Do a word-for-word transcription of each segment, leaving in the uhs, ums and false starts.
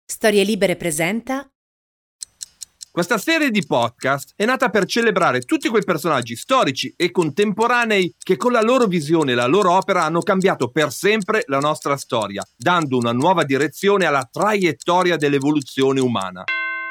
Storie Libere presenta. Questa serie di podcast è nata per celebrare tutti quei personaggi storici e contemporanei che con la loro visione e la loro opera hanno cambiato per sempre la nostra storia, dando una nuova direzione alla traiettoria dell'evoluzione umana.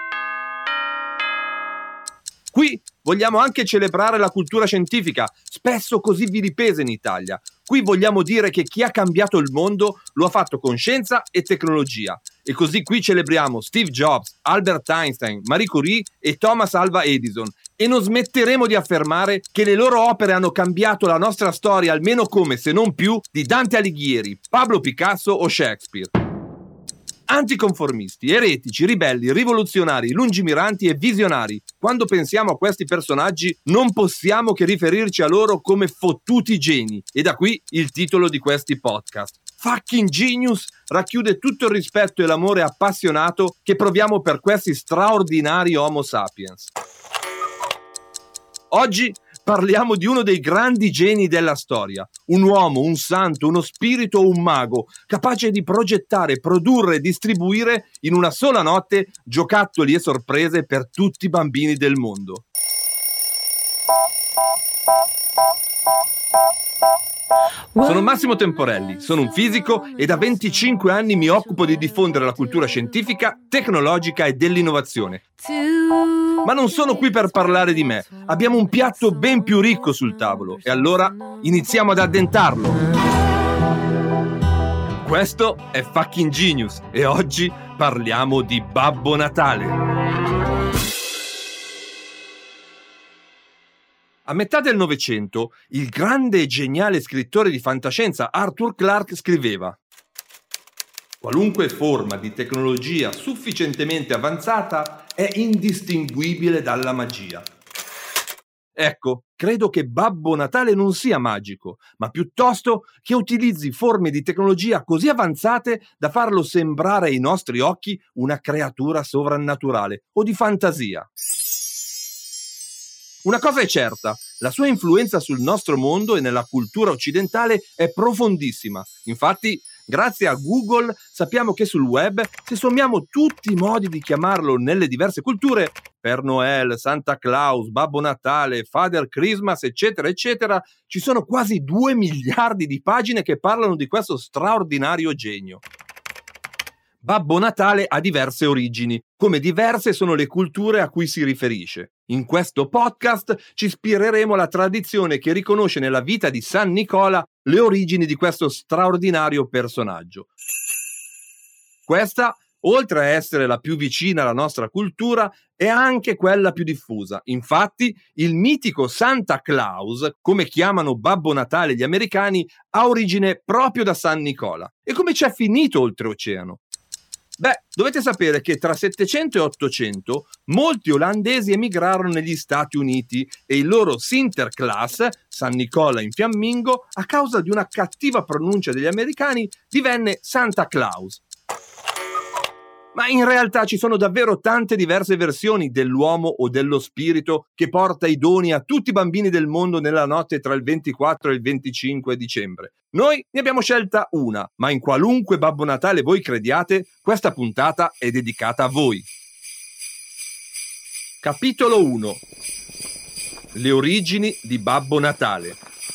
Qui vogliamo anche celebrare la cultura scientifica, spesso così vilipesa in Italia. Qui vogliamo dire che chi ha cambiato il mondo lo ha fatto con scienza e tecnologia. E così qui celebriamo Steve Jobs, Albert Einstein, Marie Curie e Thomas Alva Edison. E non smetteremo di affermare che le loro opere hanno cambiato la nostra storia almeno come, se non più, di Dante Alighieri, Pablo Picasso o Shakespeare. Anticonformisti, eretici, ribelli, rivoluzionari, lungimiranti e visionari. Quando pensiamo a questi personaggi non possiamo che riferirci a loro come fottuti geni. E da qui il titolo di questi podcast. Fucking Genius racchiude tutto il rispetto e l'amore appassionato che proviamo per questi straordinari Homo sapiens. Oggi parliamo di uno dei grandi geni della storia, un uomo, un santo, uno spirito o un mago, capace di progettare, produrre e distribuire in una sola notte giocattoli e sorprese per tutti i bambini del mondo. Sono Massimo Temporelli, sono un fisico e da venticinque anni mi occupo di diffondere la cultura scientifica, tecnologica e dell'innovazione. Ma non sono qui per parlare di me, abbiamo un piatto ben più ricco sul tavolo e allora iniziamo ad addentarlo. Questo è Fucking Genius e oggi parliamo di Babbo Natale. A metà del Novecento, il grande e geniale scrittore di fantascienza Arthur Clarke scriveva: qualunque forma di tecnologia sufficientemente avanzata è indistinguibile dalla magia. Ecco, credo che Babbo Natale non sia magico, ma piuttosto che utilizzi forme di tecnologia così avanzate da farlo sembrare ai nostri occhi una creatura sovrannaturale o di fantasia. Una cosa è certa, la sua influenza sul nostro mondo e nella cultura occidentale è profondissima. Infatti, grazie a Google sappiamo che sul web, se sommiamo tutti i modi di chiamarlo nelle diverse culture, Père Noël, Santa Claus, Babbo Natale, Father Christmas, eccetera, eccetera, ci sono quasi due miliardi di pagine che parlano di questo straordinario genio. Babbo Natale ha diverse origini, come diverse sono le culture a cui si riferisce. In questo podcast ci ispireremo alla tradizione che riconosce nella vita di San Nicola le origini di questo straordinario personaggio. Questa, oltre a essere la più vicina alla nostra cultura, è anche quella più diffusa. Infatti, il mitico Santa Claus, come chiamano Babbo Natale gli americani, ha origine proprio da San Nicola. E come ci è finito oltreoceano? Beh, dovete sapere che tra settecento e ottocento molti olandesi emigrarono negli Stati Uniti e il loro Sinterklaas, San Nicola in fiammingo, a causa di una cattiva pronuncia degli americani, divenne Santa Claus. Ma in realtà ci sono davvero tante diverse versioni dell'uomo o dello spirito che porta i doni a tutti i bambini del mondo nella notte tra il ventiquattro e il venticinque dicembre. Noi ne abbiamo scelta una, ma in qualunque Babbo Natale voi crediate, questa puntata è dedicata a voi. Capitolo uno. Le origini di Babbo Natale.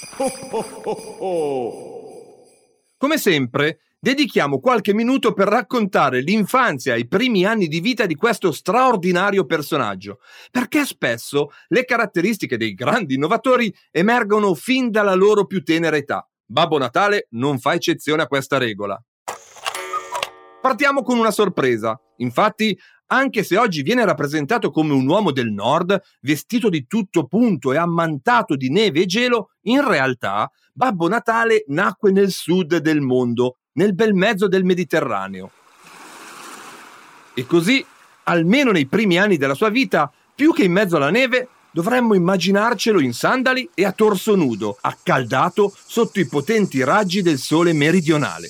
Come sempre, dedichiamo qualche minuto per raccontare l'infanzia e i primi anni di vita di questo straordinario personaggio, perché spesso le caratteristiche dei grandi innovatori emergono fin dalla loro più tenera età. Babbo Natale non fa eccezione a questa regola. Partiamo con una sorpresa. Infatti, anche se oggi viene rappresentato come un uomo del nord, vestito di tutto punto e ammantato di neve e gelo, in realtà Babbo Natale nacque nel sud del mondo, nel bel mezzo del Mediterraneo. E così, almeno nei primi anni della sua vita, più che in mezzo alla neve, dovremmo immaginarcelo in sandali e a torso nudo, accaldato sotto i potenti raggi del sole meridionale.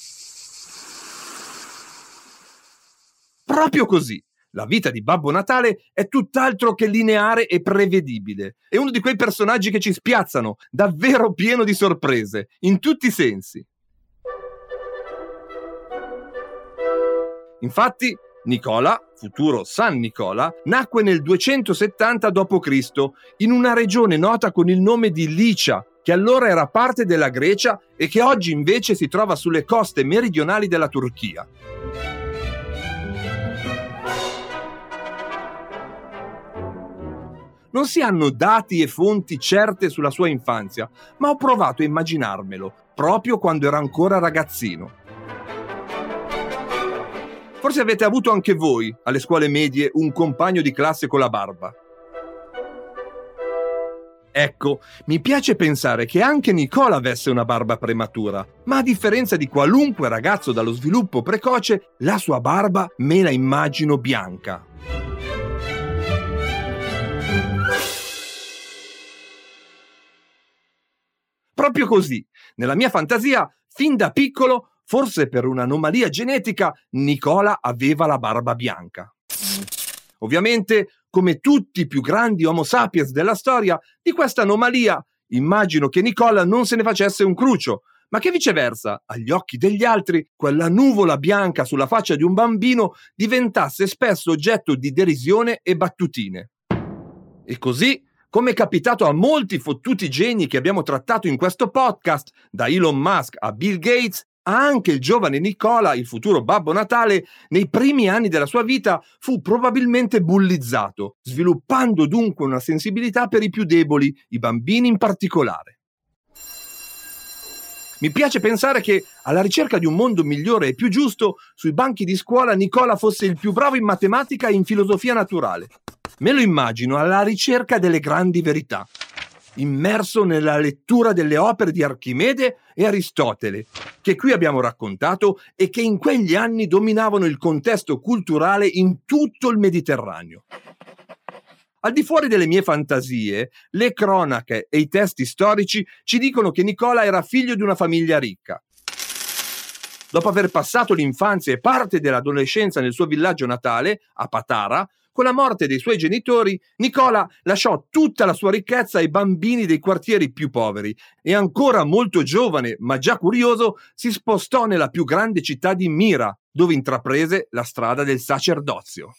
Proprio così, la vita di Babbo Natale è tutt'altro che lineare e prevedibile. È uno di quei personaggi che ci spiazzano, davvero pieno di sorprese, in tutti i sensi. Infatti, Nicola, futuro San Nicola, nacque nel duecentosettanta dopo Cristo in una regione nota con il nome di Licia, che allora era parte della Grecia e che oggi invece si trova sulle coste meridionali della Turchia. Non si hanno dati e fonti certe sulla sua infanzia, ma ho provato a immaginarmelo, proprio quando era ancora ragazzino. Forse avete avuto anche voi, alle scuole medie, un compagno di classe con la barba. Ecco, mi piace pensare che anche Nicola avesse una barba prematura, ma a differenza di qualunque ragazzo dallo sviluppo precoce, la sua barba me la immagino bianca. Proprio così, nella mia fantasia, fin da piccolo, forse per un'anomalia genetica, Nicola aveva la barba bianca. Ovviamente, come tutti i più grandi Homo sapiens della storia, di questa anomalia immagino che Nicola non se ne facesse un cruccio, ma che viceversa, agli occhi degli altri, quella nuvola bianca sulla faccia di un bambino diventasse spesso oggetto di derisione e battutine. E così, come è capitato a molti fottuti geni che abbiamo trattato in questo podcast, da Elon Musk a Bill Gates, anche il giovane Nicola, il futuro Babbo Natale, nei primi anni della sua vita fu probabilmente bullizzato, sviluppando dunque una sensibilità per i più deboli, i bambini in particolare. Mi piace pensare che, alla ricerca di un mondo migliore e più giusto, sui banchi di scuola Nicola fosse il più bravo in matematica e in filosofia naturale. Me lo immagino alla ricerca delle grandi verità, immerso nella lettura delle opere di Archimede e Aristotele, che qui abbiamo raccontato e che in quegli anni dominavano il contesto culturale in tutto il Mediterraneo. Al di fuori delle mie fantasie, le cronache e i testi storici ci dicono che Nicola era figlio di una famiglia ricca. Dopo aver passato l'infanzia e parte dell'adolescenza nel suo villaggio natale, a Patara, con la morte dei suoi genitori, Nicola lasciò tutta la sua ricchezza ai bambini dei quartieri più poveri e ancora molto giovane, ma già curioso, si spostò nella più grande città di Mira, dove intraprese la strada del sacerdozio.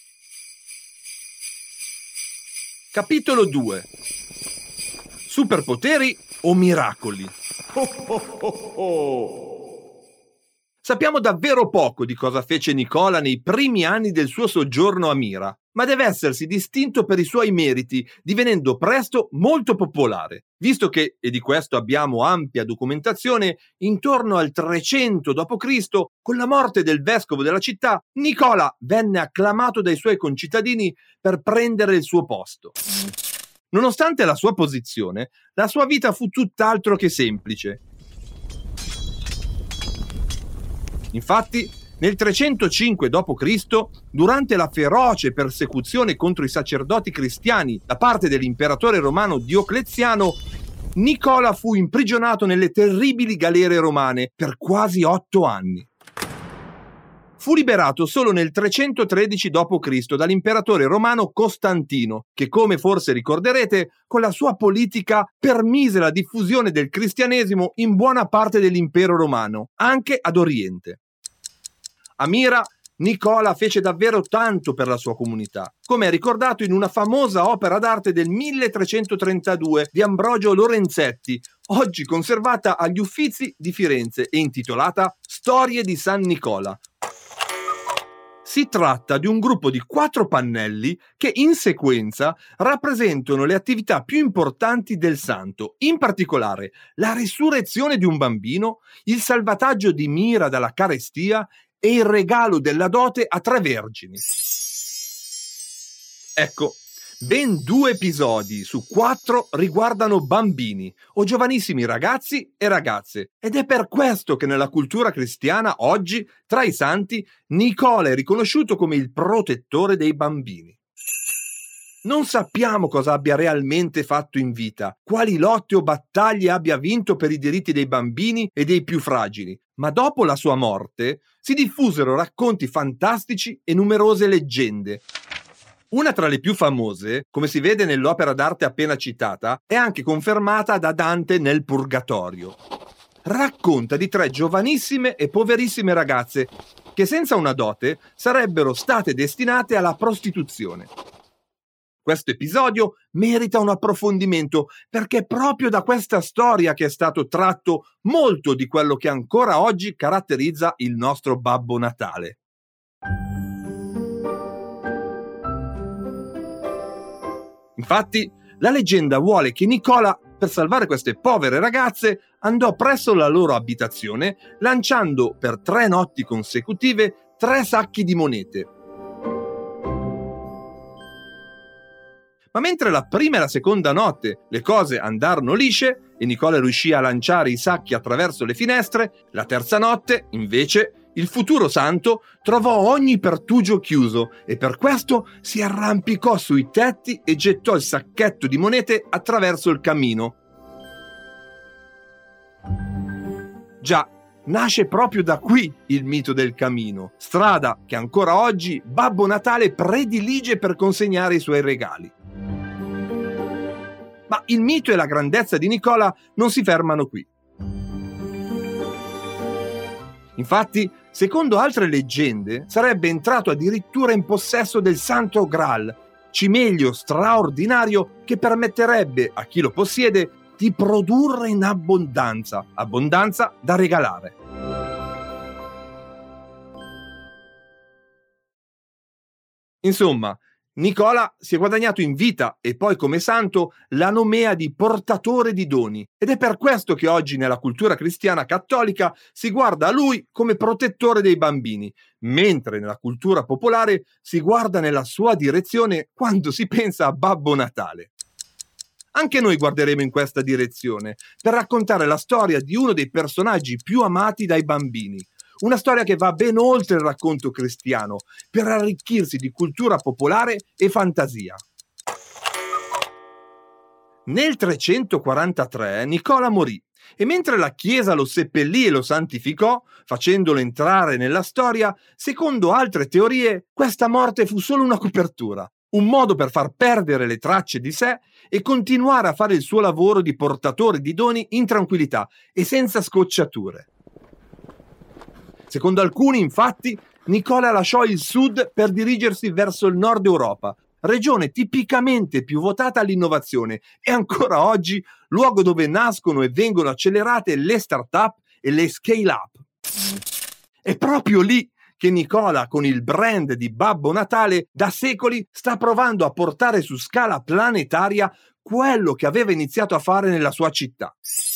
Capitolo due. Superpoteri o miracoli? Oh, oh, oh, oh. Sappiamo davvero poco di cosa fece Nicola nei primi anni del suo soggiorno a Mira, ma deve essersi distinto per i suoi meriti, divenendo presto molto popolare, visto che, e di questo abbiamo ampia documentazione, intorno al trecento dopo Cristo, con la morte del vescovo della città, Nicola venne acclamato dai suoi concittadini per prendere il suo posto. Nonostante la sua posizione, la sua vita fu tutt'altro che semplice. Infatti, nel trecentocinque dopo Cristo, durante la feroce persecuzione contro i sacerdoti cristiani da parte dell'imperatore romano Diocleziano, Nicola fu imprigionato nelle terribili galere romane per quasi otto anni. Fu liberato solo nel trecentotredici dopo Cristo dall'imperatore romano Costantino, che, come forse ricorderete, con la sua politica permise la diffusione del cristianesimo in buona parte dell'impero romano, anche ad Oriente. A Mira, Nicola fece davvero tanto per la sua comunità, come è ricordato in una famosa opera d'arte del milletrecentotrentadue di Ambrogio Lorenzetti, oggi conservata agli Uffizi di Firenze e intitolata Storie di San Nicola. Si tratta di un gruppo di quattro pannelli che in sequenza rappresentano le attività più importanti del santo, in particolare la risurrezione di un bambino, il salvataggio di Mira dalla carestia e il regalo della dote a tre vergini. Ecco, ben due episodi su quattro riguardano bambini o giovanissimi ragazzi e ragazze, ed è per questo che nella cultura cristiana oggi, tra i santi, Nicola è riconosciuto come il protettore dei bambini. Non sappiamo cosa abbia realmente fatto in vita, quali lotte o battaglie abbia vinto per i diritti dei bambini e dei più fragili, ma dopo la sua morte si diffusero racconti fantastici e numerose leggende. Una tra le più famose, come si vede nell'opera d'arte appena citata, è anche confermata da Dante nel Purgatorio. Racconta di tre giovanissime e poverissime ragazze che senza una dote sarebbero state destinate alla prostituzione. Questo episodio merita un approfondimento perché è proprio da questa storia che è stato tratto molto di quello che ancora oggi caratterizza il nostro Babbo Natale. Infatti, la leggenda vuole che Nicola, per salvare queste povere ragazze, andò presso la loro abitazione lanciando per tre notti consecutive tre sacchi di monete. Ma mentre la prima e la seconda notte le cose andarono lisce e Nicola riuscì a lanciare i sacchi attraverso le finestre, la terza notte, invece, il futuro santo trovò ogni pertugio chiuso e per questo si arrampicò sui tetti e gettò il sacchetto di monete attraverso il camino. Già, nasce proprio da qui il mito del camino, strada che ancora oggi Babbo Natale predilige per consegnare i suoi regali. Ma il mito e la grandezza di Nicola non si fermano qui. Infatti, secondo altre leggende, sarebbe entrato addirittura in possesso del Santo Graal, cimelio straordinario che permetterebbe a chi lo possiede di produrre in abbondanza, abbondanza da regalare. Insomma, Nicola si è guadagnato in vita e poi come santo la nomea di portatore di doni ed è per questo che oggi nella cultura cristiana cattolica si guarda a lui come protettore dei bambini, mentre nella cultura popolare si guarda nella sua direzione quando si pensa a Babbo Natale. Anche noi guarderemo in questa direzione per raccontare la storia di uno dei personaggi più amati dai bambini. Una storia che va ben oltre il racconto cristiano, per arricchirsi di cultura popolare e fantasia. Nel trecentoquarantatré Nicola morì e mentre la Chiesa lo seppellì e lo santificò, facendolo entrare nella storia, secondo altre teorie, questa morte fu solo una copertura, un modo per far perdere le tracce di sé e continuare a fare il suo lavoro di portatore di doni in tranquillità e senza scocciature. Secondo alcuni, infatti, Nicola lasciò il sud per dirigersi verso il nord Europa, regione tipicamente più votata all'innovazione e ancora oggi luogo dove nascono e vengono accelerate le start-up e le scale-up. È proprio lì che Nicola, con il brand di Babbo Natale, da secoli sta provando a portare su scala planetaria quello che aveva iniziato a fare nella sua città.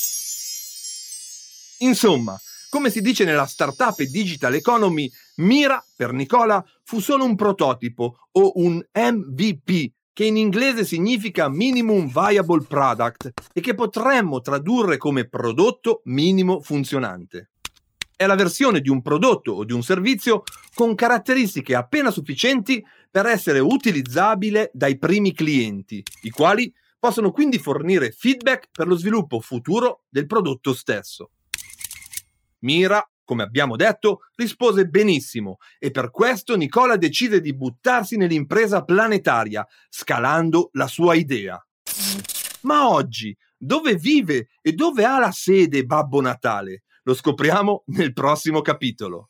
Insomma, come si dice nella startup e digital economy, Mira, per Nicola, fu solo un prototipo o un M V P, che in inglese significa Minimum Viable Product e che potremmo tradurre come prodotto minimo funzionante. È la versione di un prodotto o di un servizio con caratteristiche appena sufficienti per essere utilizzabile dai primi clienti, i quali possono quindi fornire feedback per lo sviluppo futuro del prodotto stesso. Mira, come abbiamo detto, rispose benissimo e per questo Nicola decide di buttarsi nell'impresa planetaria, scalando la sua idea. Ma oggi, dove vive e dove ha la sede Babbo Natale? Lo scopriamo nel prossimo capitolo.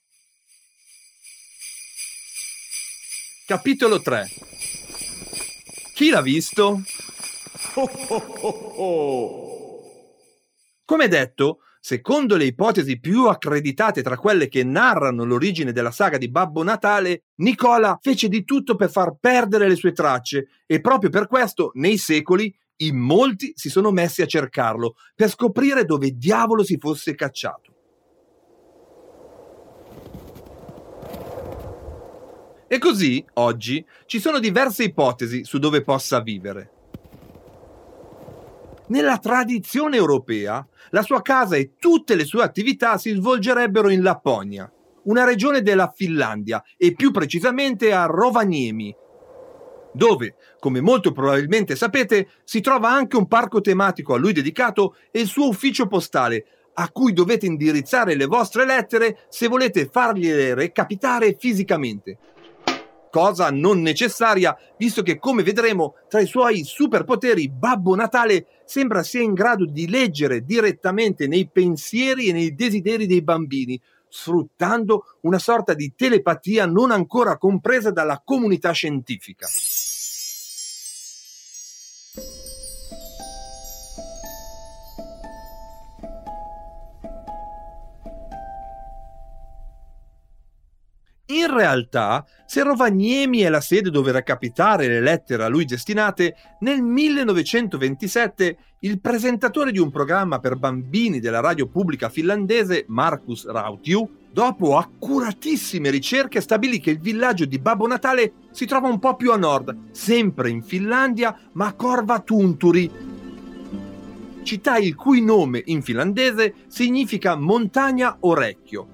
Capitolo tre. Chi l'ha visto? Come detto, secondo le ipotesi più accreditate tra quelle che narrano l'origine della saga di Babbo Natale, Nicola fece di tutto per far perdere le sue tracce e proprio per questo, nei secoli, in molti si sono messi a cercarlo per scoprire dove diavolo si fosse cacciato. E così, oggi, ci sono diverse ipotesi su dove possa vivere. Nella tradizione europea, la sua casa e tutte le sue attività si svolgerebbero in Lapponia, una regione della Finlandia, e più precisamente a Rovaniemi, dove, come molto probabilmente sapete, si trova anche un parco tematico a lui dedicato e il suo ufficio postale, a cui dovete indirizzare le vostre lettere se volete fargliele recapitare fisicamente. Cosa non necessaria, visto che, come vedremo, tra i suoi superpoteri Babbo Natale sembra sia in grado di leggere direttamente nei pensieri e nei desideri dei bambini, sfruttando una sorta di telepatia non ancora compresa dalla comunità scientifica. In realtà, se Rovaniemi è la sede dove recapitare le lettere a lui destinate, nel millenovecentoventisette il presentatore di un programma per bambini della radio pubblica finlandese, Markus Rautio, dopo accuratissime ricerche stabilì che il villaggio di Babbo Natale si trova un po' più a nord, sempre in Finlandia, ma a Korvatunturi, città il cui nome in finlandese significa montagna orecchio.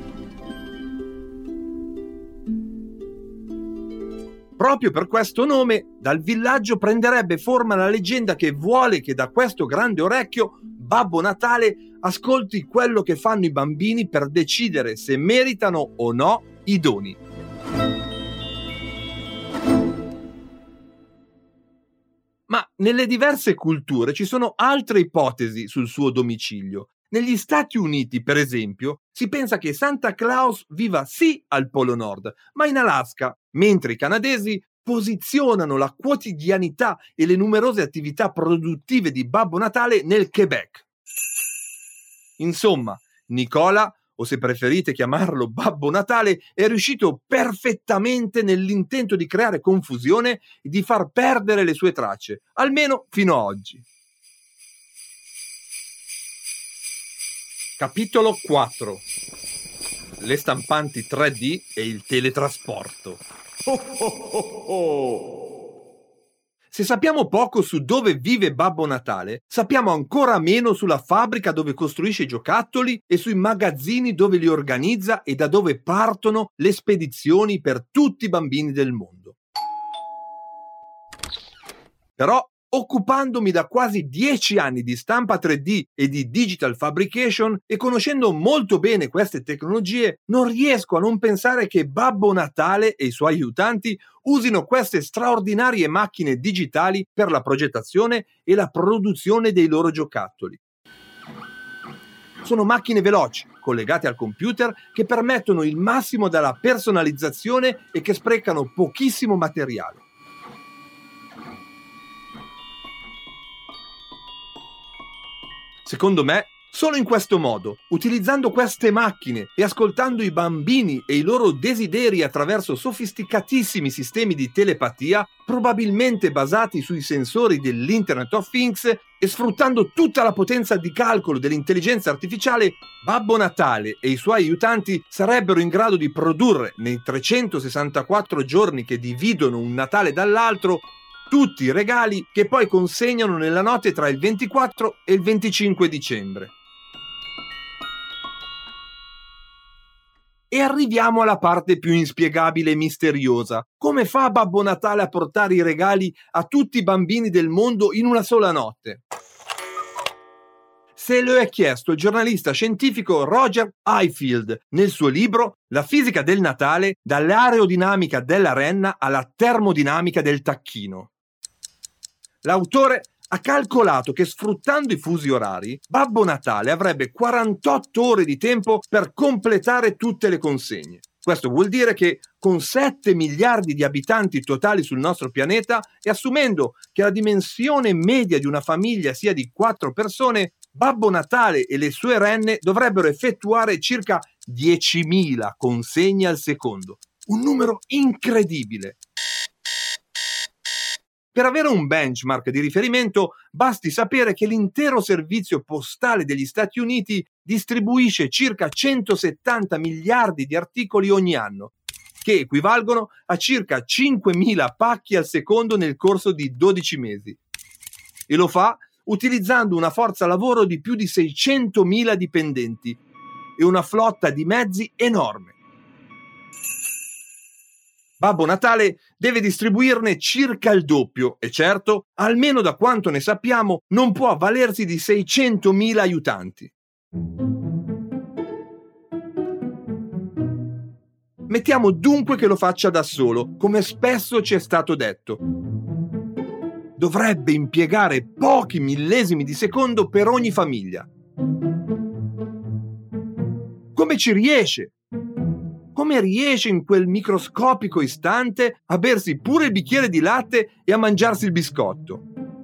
Proprio per questo nome, dal villaggio prenderebbe forma la leggenda che vuole che da questo grande orecchio Babbo Natale ascolti quello che fanno i bambini per decidere se meritano o no i doni. Ma nelle diverse culture ci sono altre ipotesi sul suo domicilio. Negli Stati Uniti, per esempio, si pensa che Santa Claus viva sì al Polo Nord, ma in Alaska, mentre i canadesi posizionano la quotidianità e le numerose attività produttive di Babbo Natale nel Quebec. Insomma, Nicola, o se preferite chiamarlo Babbo Natale, è riuscito perfettamente nell'intento di creare confusione e di far perdere le sue tracce, almeno fino ad oggi. Capitolo quattro. Le stampanti tre D e il teletrasporto. Oh oh oh oh. Se sappiamo poco su dove vive Babbo Natale, sappiamo ancora meno sulla fabbrica dove costruisce i giocattoli e sui magazzini dove li organizza e da dove partono le spedizioni per tutti i bambini del mondo. Però, occupandomi da quasi dieci anni di stampa tre D e di digital fabrication e conoscendo molto bene queste tecnologie, non riesco a non pensare che Babbo Natale e i suoi aiutanti usino queste straordinarie macchine digitali per la progettazione e la produzione dei loro giocattoli. Sono macchine veloci, collegate al computer, che permettono il massimo dalla personalizzazione e che sprecano pochissimo materiale. Secondo me, solo in questo modo, utilizzando queste macchine e ascoltando i bambini e i loro desideri attraverso sofisticatissimi sistemi di telepatia, probabilmente basati sui sensori dell'Internet of Things e sfruttando tutta la potenza di calcolo dell'intelligenza artificiale, Babbo Natale e i suoi aiutanti sarebbero in grado di produrre, nei trecentosessantaquattro giorni che dividono un Natale dall'altro, tutti i regali che poi consegnano nella notte tra il ventiquattro e il venticinque dicembre. E arriviamo alla parte più inspiegabile e misteriosa. Come fa Babbo Natale a portare i regali a tutti i bambini del mondo in una sola notte? Se lo è chiesto il giornalista scientifico Roger Highfield nel suo libro La fisica del Natale, dall'aerodinamica della renna alla termodinamica del tacchino. L'autore ha calcolato che sfruttando i fusi orari, Babbo Natale avrebbe quarantotto ore di tempo per completare tutte le consegne. Questo vuol dire che con sette miliardi di abitanti totali sul nostro pianeta e assumendo che la dimensione media di una famiglia sia di quattro persone, Babbo Natale e le sue renne dovrebbero effettuare circa diecimila consegne al secondo. Un numero incredibile. Per avere un benchmark di riferimento, basti sapere che l'intero servizio postale degli Stati Uniti distribuisce circa centosettanta miliardi di articoli ogni anno, che equivalgono a circa cinquemila pacchi al secondo nel corso di dodici mesi. E lo fa utilizzando una forza lavoro di più di seicentomila dipendenti e una flotta di mezzi enorme. Babbo Natale deve distribuirne circa il doppio e certo, almeno da quanto ne sappiamo, non può avvalersi di seicentomila aiutanti. Mettiamo dunque che lo faccia da solo, come spesso ci è stato detto. Dovrebbe impiegare pochi millesimi di secondo per ogni famiglia. come ci riesce? Come riesce in quel microscopico istante a bersi pure il bicchiere di latte e a mangiarsi il biscotto?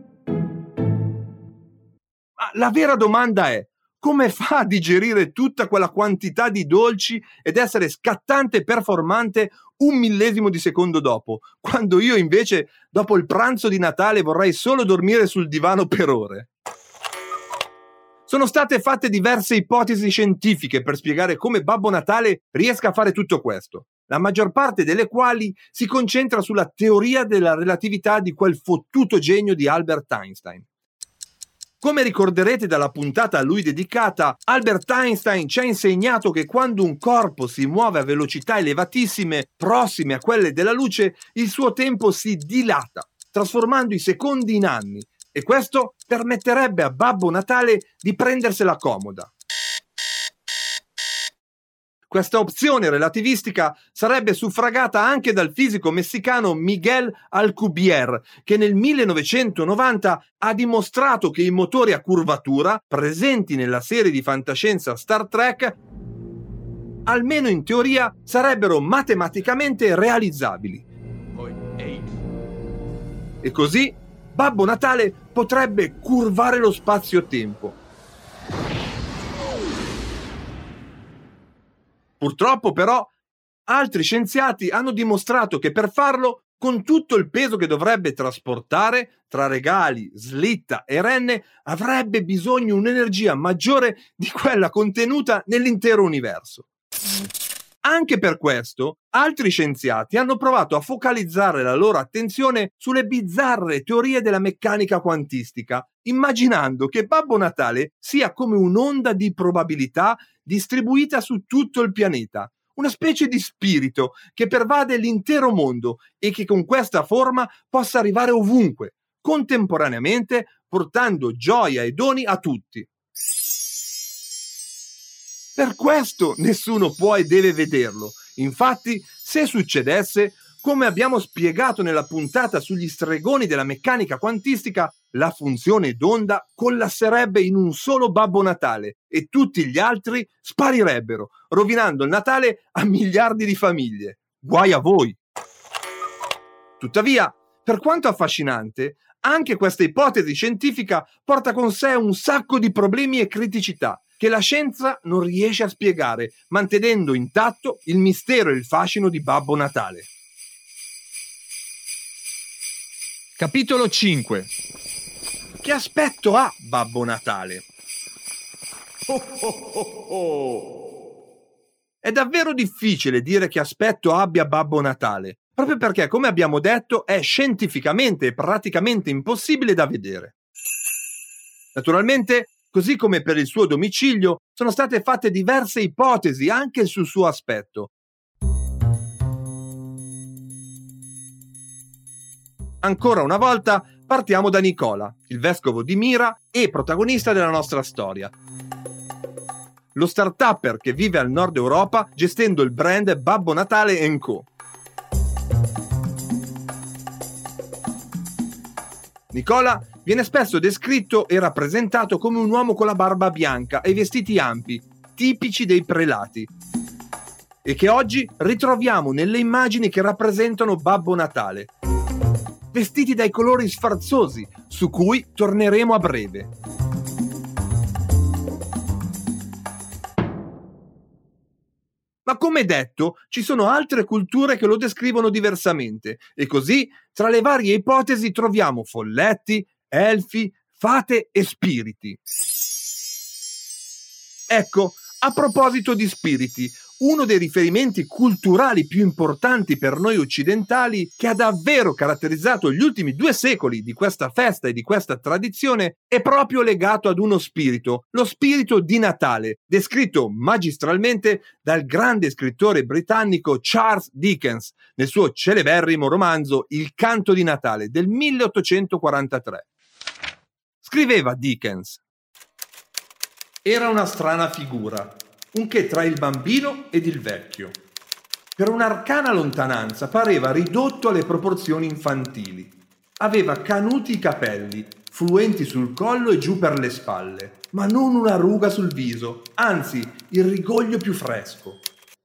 Ma la vera domanda è: come fa a digerire tutta quella quantità di dolci ed essere scattante e performante un millesimo di secondo dopo, quando io invece dopo il pranzo di Natale vorrei solo dormire sul divano per ore? Sono state fatte diverse ipotesi scientifiche per spiegare come Babbo Natale riesca a fare tutto questo, la maggior parte delle quali si concentra sulla teoria della relatività di quel fottuto genio di Albert Einstein. Come ricorderete dalla puntata a lui dedicata, Albert Einstein ci ha insegnato che quando un corpo si muove a velocità elevatissime, prossime a quelle della luce, il suo tempo si dilata, trasformando i secondi in anni, e questo permetterebbe a Babbo Natale di prendersela comoda. Questa opzione relativistica sarebbe suffragata anche dal fisico messicano Miguel Alcubierre, che nel millenovecentonovanta ha dimostrato che i motori a curvatura presenti nella serie di fantascienza Star Trek, almeno in teoria, sarebbero matematicamente realizzabili. E così Babbo Natale potrebbe curvare lo spazio-tempo. Purtroppo però altri scienziati hanno dimostrato che per farlo, con tutto il peso che dovrebbe trasportare tra regali, slitta e renne, avrebbe bisogno di un'energia maggiore di quella contenuta nell'intero universo. Anche per questo, altri scienziati hanno provato a focalizzare la loro attenzione sulle bizzarre teorie della meccanica quantistica, immaginando che Babbo Natale sia come un'onda di probabilità distribuita su tutto il pianeta, una specie di spirito che pervade l'intero mondo e che con questa forma possa arrivare ovunque, contemporaneamente, portando gioia e doni a tutti. Per questo nessuno può e deve vederlo. Infatti, se succedesse, come abbiamo spiegato nella puntata sugli stregoni della meccanica quantistica, la funzione d'onda collasserebbe in un solo Babbo Natale e tutti gli altri sparirebbero, rovinando il Natale a miliardi di famiglie. Guai a voi! Tuttavia, per quanto affascinante, anche questa ipotesi scientifica porta con sé un sacco di problemi e criticità che la scienza non riesce a spiegare, mantenendo intatto il mistero e il fascino di Babbo Natale. Capitolo cinque. Che aspetto ha Babbo Natale? Oh, oh, oh, oh. È davvero difficile dire che aspetto abbia Babbo Natale, proprio perché, come abbiamo detto, è scientificamente e praticamente impossibile da vedere. Naturalmente, così come per il suo domicilio, sono state fatte diverse ipotesi anche sul suo aspetto. Ancora una volta partiamo da Nicola, il vescovo di Mira e protagonista della nostra storia. Lo start-upper che vive al nord Europa gestendo il brand Babbo Natale and Co. Nicola viene spesso descritto e rappresentato come un uomo con la barba bianca e i vestiti ampi, tipici dei prelati, e che oggi ritroviamo nelle immagini che rappresentano Babbo Natale, vestiti dai colori sfarzosi, su cui torneremo a breve. Ma come detto, ci sono altre culture che lo descrivono diversamente, e così tra le varie ipotesi troviamo folletti, elfi, fate e spiriti. Ecco, a proposito di spiriti, uno dei riferimenti culturali più importanti per noi occidentali che ha davvero caratterizzato gli ultimi due secoli di questa festa e di questa tradizione è proprio legato ad uno spirito, lo spirito di Natale, descritto magistralmente dal grande scrittore britannico Charles Dickens nel suo celeberrimo romanzo Il canto di Natale del milleottocentoquarantatré. Scriveva Dickens: era una strana figura, un che tra il bambino ed il vecchio. Per un'arcana lontananza pareva ridotto alle proporzioni infantili. Aveva canuti capelli, fluenti sul collo e giù per le spalle, ma non una ruga sul viso, anzi il rigoglio più fresco.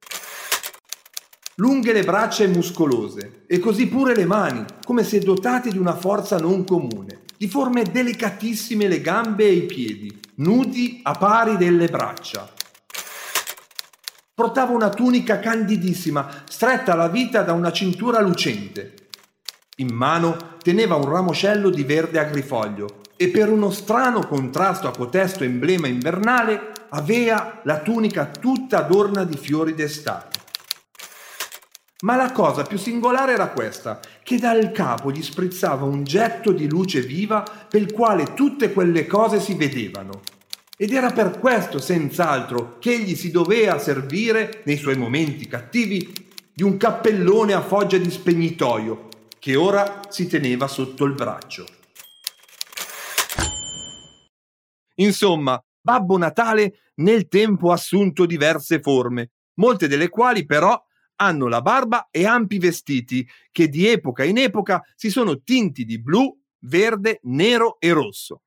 Lunghe le braccia e muscolose, e così pure le mani, come se dotate di una forza non comune. Di forme delicatissime le gambe e i piedi, nudi a pari delle braccia. Portava una tunica candidissima, stretta alla vita da una cintura lucente. In mano teneva un ramoscello di verde agrifoglio e per uno strano contrasto a cotesto emblema invernale aveva la tunica tutta adorna di fiori d'estate. Ma la cosa più singolare era questa, che dal capo gli sprizzava un getto di luce viva pel quale tutte quelle cose si vedevano. Ed era per questo, senz'altro, che egli si doveva servire, nei suoi momenti cattivi, di un cappellone a foggia di spegnitoio, che ora si teneva sotto il braccio. Insomma, Babbo Natale nel tempo ha assunto diverse forme, molte delle quali però hanno la barba e ampi vestiti che di epoca in epoca si sono tinti di blu, verde, nero e rosso.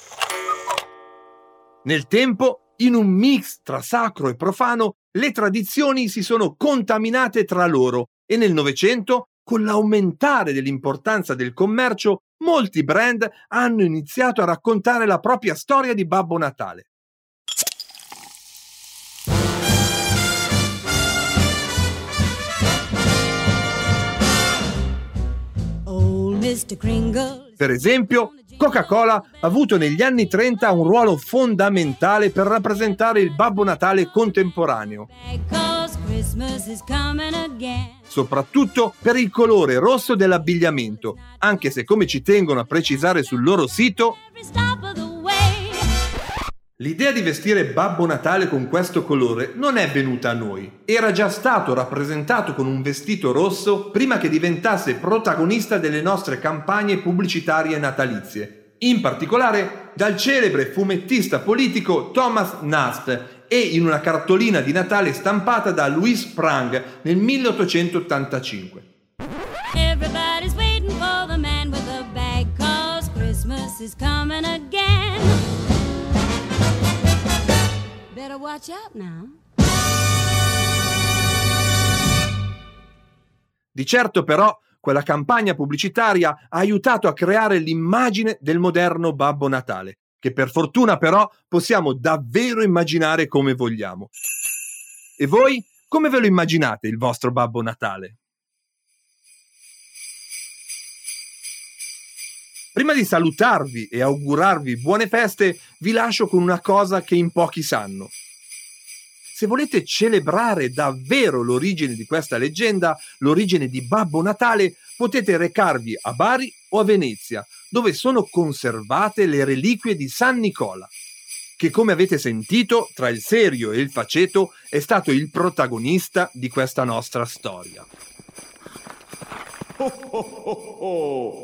Nel tempo, in un mix tra sacro e profano, le tradizioni si sono contaminate tra loro e nel Novecento, con l'aumentare dell'importanza del commercio, molti brand hanno iniziato a raccontare la propria storia di Babbo Natale. Per esempio, Coca-Cola ha avuto negli anni trenta un ruolo fondamentale per rappresentare il Babbo Natale contemporaneo, soprattutto per il colore rosso dell'abbigliamento, anche se, come ci tengono a precisare sul loro sito, l'idea di vestire Babbo Natale con questo colore non è venuta a noi. Era già stato rappresentato con un vestito rosso prima che diventasse protagonista delle nostre campagne pubblicitarie natalizie. In particolare dal celebre fumettista politico Thomas Nast e in una cartolina di Natale stampata da Louis Prang nel milleottocentottantacinque. Everybody's waiting for the man with the bag, 'cause Christmas is coming again. Better watch out now. Di certo però quella campagna pubblicitaria ha aiutato a creare l'immagine del moderno Babbo Natale, che per fortuna però possiamo davvero immaginare come vogliamo. E voi come ve lo immaginate il vostro Babbo Natale? Prima di salutarvi e augurarvi buone feste, vi lascio con una cosa che in pochi sanno. Se volete celebrare davvero l'origine di questa leggenda, l'origine di Babbo Natale, potete recarvi a Bari o a Venezia, dove sono conservate le reliquie di San Nicola, che, come avete sentito, tra il serio e il faceto, è stato il protagonista di questa nostra storia. Ho, ho, ho, ho.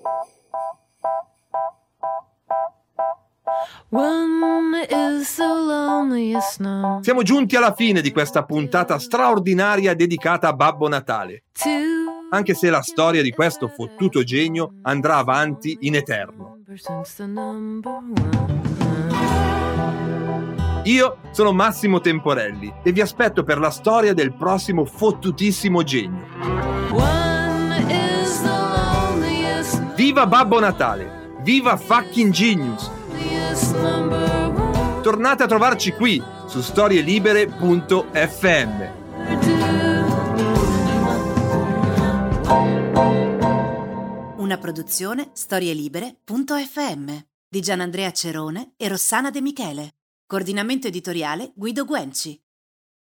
Siamo giunti alla fine di questa puntata straordinaria dedicata a Babbo Natale, anche se la storia di questo fottuto genio andrà avanti in eterno. Io sono Massimo Temporelli e vi aspetto per la storia del prossimo fottutissimo genio. Viva Babbo Natale! Viva fucking genius! Tornate a trovarci qui su storielibere punto effe emme. Una produzione storielibere punto effe emme di Gianandrea Cerone e Rossana De Michele. Coordinamento editoriale Guido Guenci.